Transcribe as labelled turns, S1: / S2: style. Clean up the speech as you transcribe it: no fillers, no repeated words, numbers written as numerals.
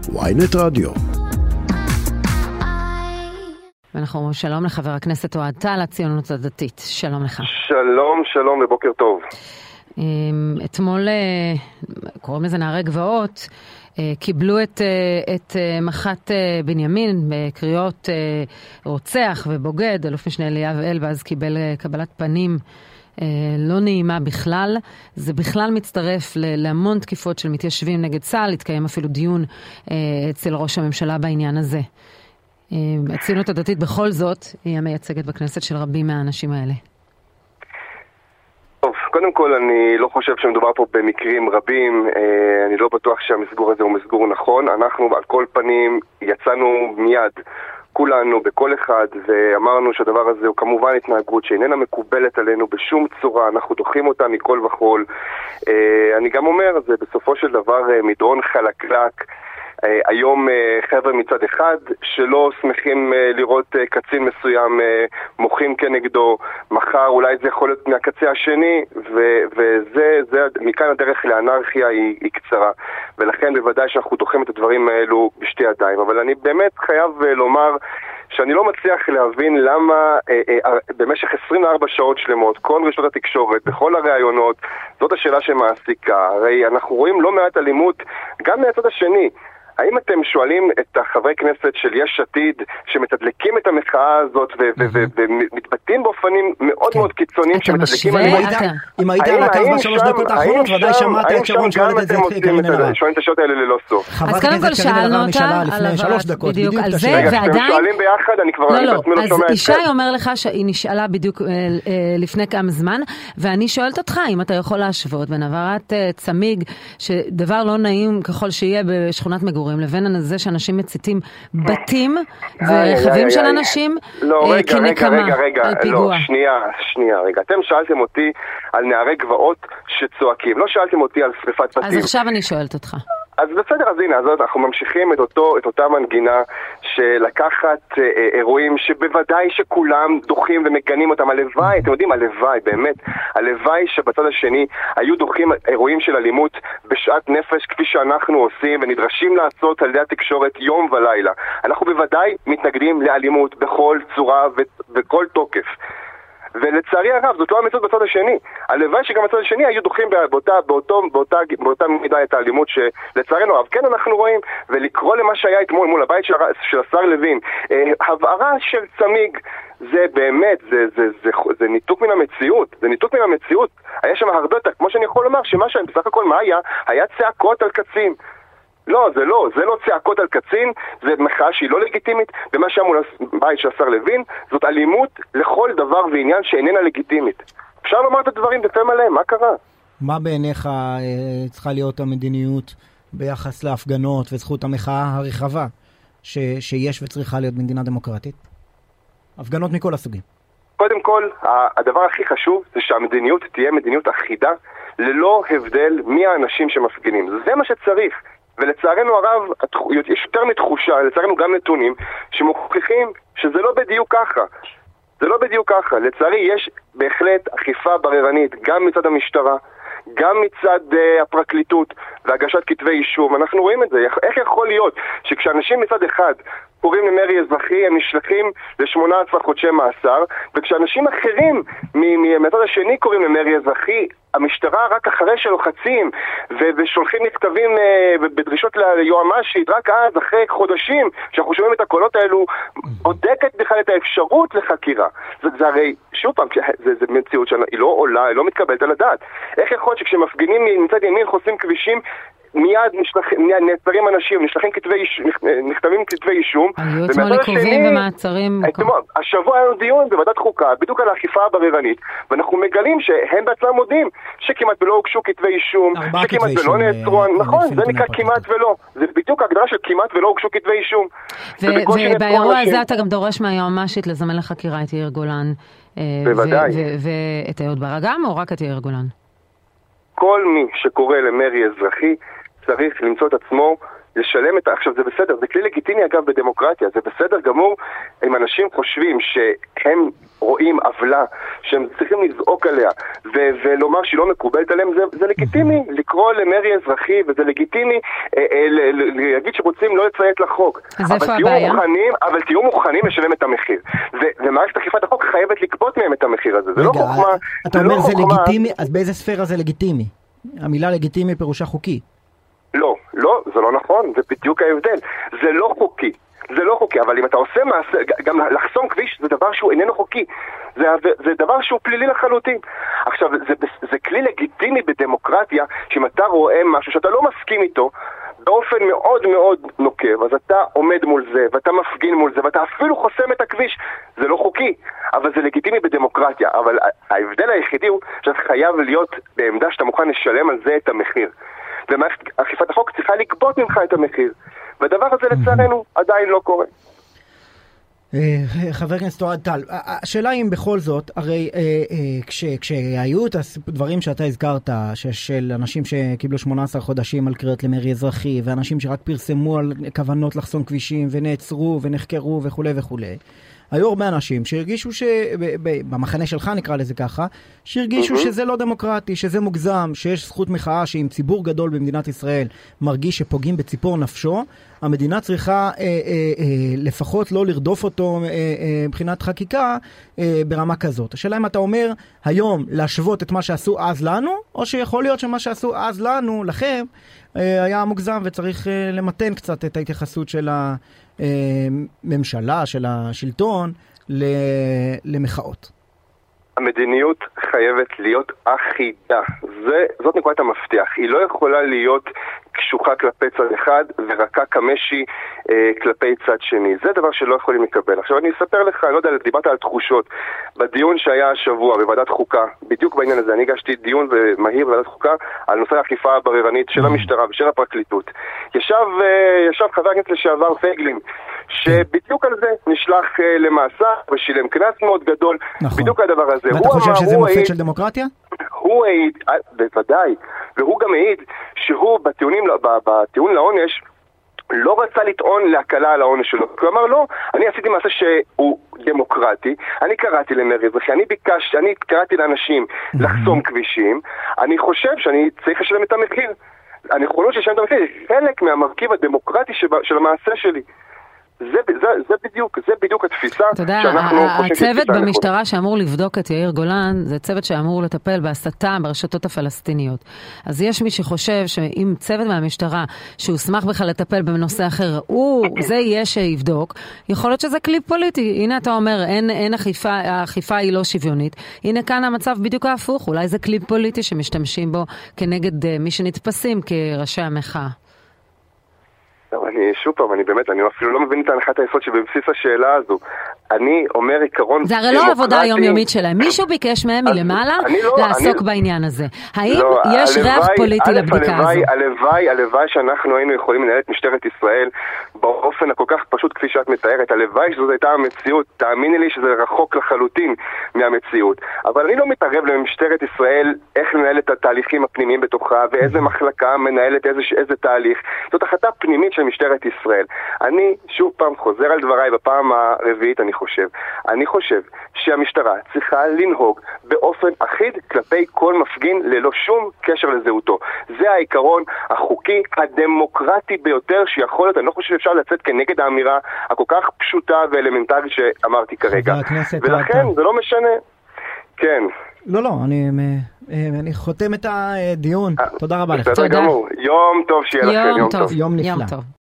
S1: ynet רדיו.
S2: ואנחנו שלום לחבר הכנסת אוהד טל, הציונות הדתית. שלום לך.
S3: שלום ובוקר טוב.
S2: אתמול, קוראים לזה נערי גבעות, קיבלו את מח"ט בנימין בקריאות רוצח ובוגד. אלוף משנה אליאב אלבז קיבל קבלת פנים לא נעימה בכלל. זה בכלל מצטרף להמון תקיפות של מתיישבים נגד צה"ל. התקיים אפילו דיון אצל ראש הממשלה בעניין הזה. הציונות הדתית בכל זאת היא המייצגת בכנסת של רבים מהאנשים האלה.
S3: טוב, קודם כל אני לא חושב שמדובר פה במקרים רבים. אני לא בטוח שהמסגור הזה הוא מסגור נכון. אנחנו על כל פנים יצאנו מיד כולנו בכל אחד ואמרנו שהדבר הזה הוא כמובן התנהגות שאיננה מקובלת עלינו בשום צורה. אנחנו דוחים אותה מכל וכל. אני גם אומר, זה בסופו של דבר מדרון חלקלק. היום חבר'ה מצד אחד שלא שמחים לראות קצין מסוים מוחים כנגדו, מחר אולי זה יכול להיות מהקצה השני, וזה מכאן הדרך לאנרכיה היא קצרה, ולכן בוודאי שאנחנו דוחים את הדברים האלו בשתי ידיים. אבל אני באמת חייב לומר שאני לא מצליח להבין למה במשך 24 שעות שלמות, כל רשתות התקשורת, בכל הראיונות, זאת השאלה שמעסיקה. הרי אנחנו רואים לא מעט אלימות גם מהצד השני. האם אתם שואלים את החברי כנסת של יש עתיד שמתדלקים את המחאה הזאת ומתבטאים באופנים מאוד מאוד קיצוניים שמתדלקים עליהם?
S4: אם היית על הקו בשלוש דקות האחרונות ודאי שמעת את שרון שואלת את זה קרין אלהרר.
S3: שואלים את השאלות האלה ללא סוף.
S2: אז קודם כל שאלנו אותה
S4: לפני 3 דקות
S2: בדיוק על זה,
S3: ועדיין... אתם שואלים ביחד, אני כבר לא שומע את זה.
S2: אז ישי אומר לך שהיא נשאלה בדיוק לפני כמה זמן, ואני שואלת אותך אם אתה יכול להשוות בין עברת צמיג, שדבר לא נעים ככל שיהיה בשכונת מגורים, לבין זה שאנשים מציתים בתים ורכבים של אנשים כנקמה על פיגוע.
S3: שנייה, רגע. אתם שאלתם אותי על נערי גבעות שצועקים, לא שאלתם אותי על שריפת בתים.
S2: אז עכשיו אני שואלת אותך.
S3: אז בסדר, אז הנה, אנחנו ממשיכים את אותה מנגינה שלקחת אירועים שבוודאי שכולם דוחים ומגנים אותם. הלוואי, אתם יודעים, הלוואי, באמת, הלוואי שבצד השני היו דוחים אירועים של אלימות בשעת נפש כפי שאנחנו עושים ונדרשים לעשות על ידי התקשורת יום ולילה. אנחנו בוודאי מתנגדים לאלימות בכל צורה וכל תוקף. ולצערי הרב, זאת לא המציאות בצד השני. הלוואי שגם בצד השני היו דוחים באותה מידה את האלימות שלצערנו הרב כן אנחנו רואים, ולקרוא למה שהיה אתמול מול הבית של השר לוין, הבערה של צמיג, זה באמת, זה ניתוק מן המציאות, זה ניתוק מן המציאות. היה שם הרבה יותר, כמו שאני יכול לומר, שמה בסך הכל מה היה צעקות על קצין. לא, זה לא צעקות על קצין, זה מחאה שהיא לא לגיטימית, ומה שהיה מול הבית של השר לוין, זאת אלימות לכל דבר ועניין שאיננה לגיטימית. אפשר לומר את הדברים בפה מלא, מה קרה?
S4: מה בעיניך צריכה להיות המדיניות ביחס להפגנות וזכות המחאה הרחבה שיש וצריכה להיות במדינה דמוקרטית? הפגנות מכל הסוגים.
S3: קודם כל, הדבר הכי חשוב זה שהמדיניות תהיה מדיניות אחידה, ללא הבדל מי האנשים שמפגינים. זה מה שצריך. ולצערנו הרב, יש יותר מתחושה, לצערנו גם נתונים, שמוכיחים שזה לא בדיוק ככה. זה לא בדיוק ככה. לצערי יש בהחלט אכיפה בררנית, גם מצד המשטרה, גם מצד הפרקליטות, והגשת כתבי אישום. אנחנו רואים את זה. איך יכול להיות שכשאנשים מצד אחד קוראים למרי אזרחי, הם נשלחים ל18 חודשי מאסר, וכשאנשים אחרים מצד השני קוראים למרי אזרחי, המשטרה רק אחרי שלוחצים ושולחים מכתבים בדרישות ליועמ"שית, רק אז, אחרי חודשים שאנחנו שומעים את הקולות האלו, בודקת בכלל את האפשרות לחקירה. זה הרי, שוב פעם, זה מציאות שהיא לא עולה, היא לא מתקבלת על הדעת. איך יכול להיות שכשמפגינים מצד ימין חוסים כבישים, מיד נעצרים אנשים, נכתבים כתבי אישום.
S2: היו אתמול עיכובים ומעצרים.
S3: השבוע היה דיון בוועדת חוקה, בדיוק על האכיפה הבררנית, ואנחנו מגלים שהם בעצמם מודים שכמעט ולא הוגשו כתבי אישום, שכמעט ולא נעצרו, נכון, זה נקרא כמעט ולא. זה בדיוק ההגדרה של כמעט ולא הוגשו כתבי אישום.
S2: ובאירוע הזה אתה גם דורש מהיועמ"שית לזמן לחקירה את יאיר גולן.
S3: בוודאי.
S2: ואת אהוד ברק גם, או רק את יאיר גולן?
S3: כל מי שקורא למרי אזרחי צריך למצוא את עצמו לשלם עכשיו זה בסדר, זה כלי לגיטימי אגב בדמוקרטיה, זה בסדר גמור אם אנשים חושבים שהם רואים עוולה, שהם צריכים לזעוק עליה ולומר שהיא לא מקובלת עליהם, זה לגיטימי לקרוא למרי אזרחי, וזה לגיטימי להגיד שרוצים לא לציית לחוק. אבל תהיו מוכנים לשלם את המחיר. ומערכת אכיפת החוק חייבת לקבוט מהם את המחיר הזה. זה לא חוכמה.
S4: אתה אומר זה לגיטימי, אז באיזה ספירה זה לגיטימי? המילה לגיטימי פירושה חוקי.
S3: לא, זה לא נכון, זה בדיוק ההבדל. זה לא חוקי. זה לא חוקי, אבל אם אתה עושה מעשה, גם לחסום כביש זה דבר שהוא איננו חוקי. זה דבר שהוא פלילי לחלוטין. עכשיו, זה כלי לגיטימי בדמוקרטיה, שאם אתה רואה משהו שאתה לא מסכים איתו, באופן מאוד מאוד נוקב, אז אתה עומד מול זה, ואתה מפגין מול זה, ואתה אפילו חוסם את הכביש. זה לא חוקי, אבל זה לגיטימי בדמוקרטיה. אבל ההבדל היחידי הוא שאתה חייב להיות בעמדה שאתה מוכן לשלם על זה את המחיר. ומערכת אכיפת החוק צריכה לגבות ממך את המחיר. והדבר הזה לצערנו עדיין לא קורה.
S4: חבר הכנסת אוהד טל, השאלה אם בכל זאת, הרי כשהיו את הדברים שאתה הזכרת, של אנשים שקיבלו 18 חודשים על קריאות למרי אזרחי, ואנשים שרק פרסמו על כוונות לחסום כבישים, ונעצרו ונחקרו וכו' וכו', היו הרבה אנשים שהרגישו במחנה שלך נקרא לזה ככה, שהרגישו שזה לא דמוקרטי, שזה מוגזם, שיש זכות מחאה שאם ציבור גדול במדינת ישראל מרגיש שפוגעים בציפור נפשו, המדינה צריכה לפחות לא לרדוף אותו מבחינת חקיקה ברמה כזאת. השאלה אם אתה אומר היום להשוות את מה שעשו אז לנו, או שיכול להיות שמה שעשו אז לנו, לכם, היה מוגזם וצריך למתן קצת את ההתייחסות של הממשלה, של השלטון, למחאות.
S3: המדיניות חייבת להיות אחידה. זאת נקודת המפתח. היא לא יכולה להיות קשוחה כלפי צד אחד ורקה כמשי כלפי צד שני. זה דבר שלא יכולים לקבל. עכשיו אני אספר לך, אני לא יודע, דיברת על תחושות. בדיון שהיה השבוע בוועדת חוקה, בדיוק בעניין הזה, אני הגשתי דיון מהיר בוועדת חוקה על נושא האכיפה הבררנית של המשטרה ושל הפרקליטות. ישב חבר הכנסת לשעבר פייגלין, שבדיוק על זה נשלח למאסר ושילם קנס מאוד גדול.
S4: נכון.
S3: בדיוק הדבר הזה.
S4: ואתה חושב שזה מופת של דמוקרטיה?
S3: הוא העיד, בוודאי, והוא גם העיד שהוא בטיעון לעונש לא רצה לטעון להקלה על העונש שלו. הוא אמר לא, אני עשיתי מעשה שהוא דמוקרטי, אני קראתי למרי אזרחי, אני קראתי לאנשים לחסום כבישים, אני חושב שאני צריך לשלם את המחיר. אני חושב לשלם את המחיר, זה חלק מהמרכיב הדמוקרטי של המעשה שלי. זה בדיוק התפיסה שאנחנו חושבים שתפיסה.
S2: הצוות במשטרה שאמור לבדוק את יאיר גולן, זה צוות שאמור לטפל בהסתה ברשתות הפלסטיניות. אז יש מי שחושב שאם צוות מהמשטרה שהוסמך בכלל לטפל בנושא אחר, זה יהיה שיבדוק, יכול להיות שזה כלי פוליטי. הנה אתה אומר, אין אכיפה, האכיפה היא לא שוויונית. הנה כאן המצב בדיוק ההפוך, אולי זה כלי פוליטי שמשתמשים בו כנגד מי שנתפסים כראשי המחאה.
S3: אני אפילו לא מבין את הנחת היסוד שבבסיס השאלה הזו. אני אומר עיקרון
S2: זה הרי לא העבודה היומיומית שלהם. מישהו ביקש מהם מלמעלה לעסוק בעניין הזה. האם יש ריח פוליטי לבדיקה הזו?
S3: הלוואי שאנחנו היינו יכולים לנהל את משטרת ישראל באופן הכל כך פשוט כפי שאת מתארת. הלוואי שזו הייתה המציאות. תאמיני לי שזה רחוק לחלוטין מהמציאות. אבל אני לא מתערב למשטרת ישראל איך לנהל את התהליכים הפנימיים בתוכה ואיזה מחלקה מנהלת איזה תהליך. זאת החלטה פנימית של משטרת ישראל. אני שוב פעם חוזר על דבריי בפעם הרביעית אני חושב שהמשטרה צריכה לנהוג באופן אחיד כלפי כל מפגין ללא שום קשר לזהותו. זה העיקרון החוקי הדמוקרטי ביותר שיכול להיות. אני לא חושב שאפשר לצאת כנגד האמירה הכל כך פשוטה ואלמנטרית שאמרתי כרגע. ולכן זה לא משנה. כן.
S4: לא, אני חותם את הדיון. תודה רבה לך.
S3: בסדר גמור. יום טוב שיהיה לכם.
S2: יום נפלא.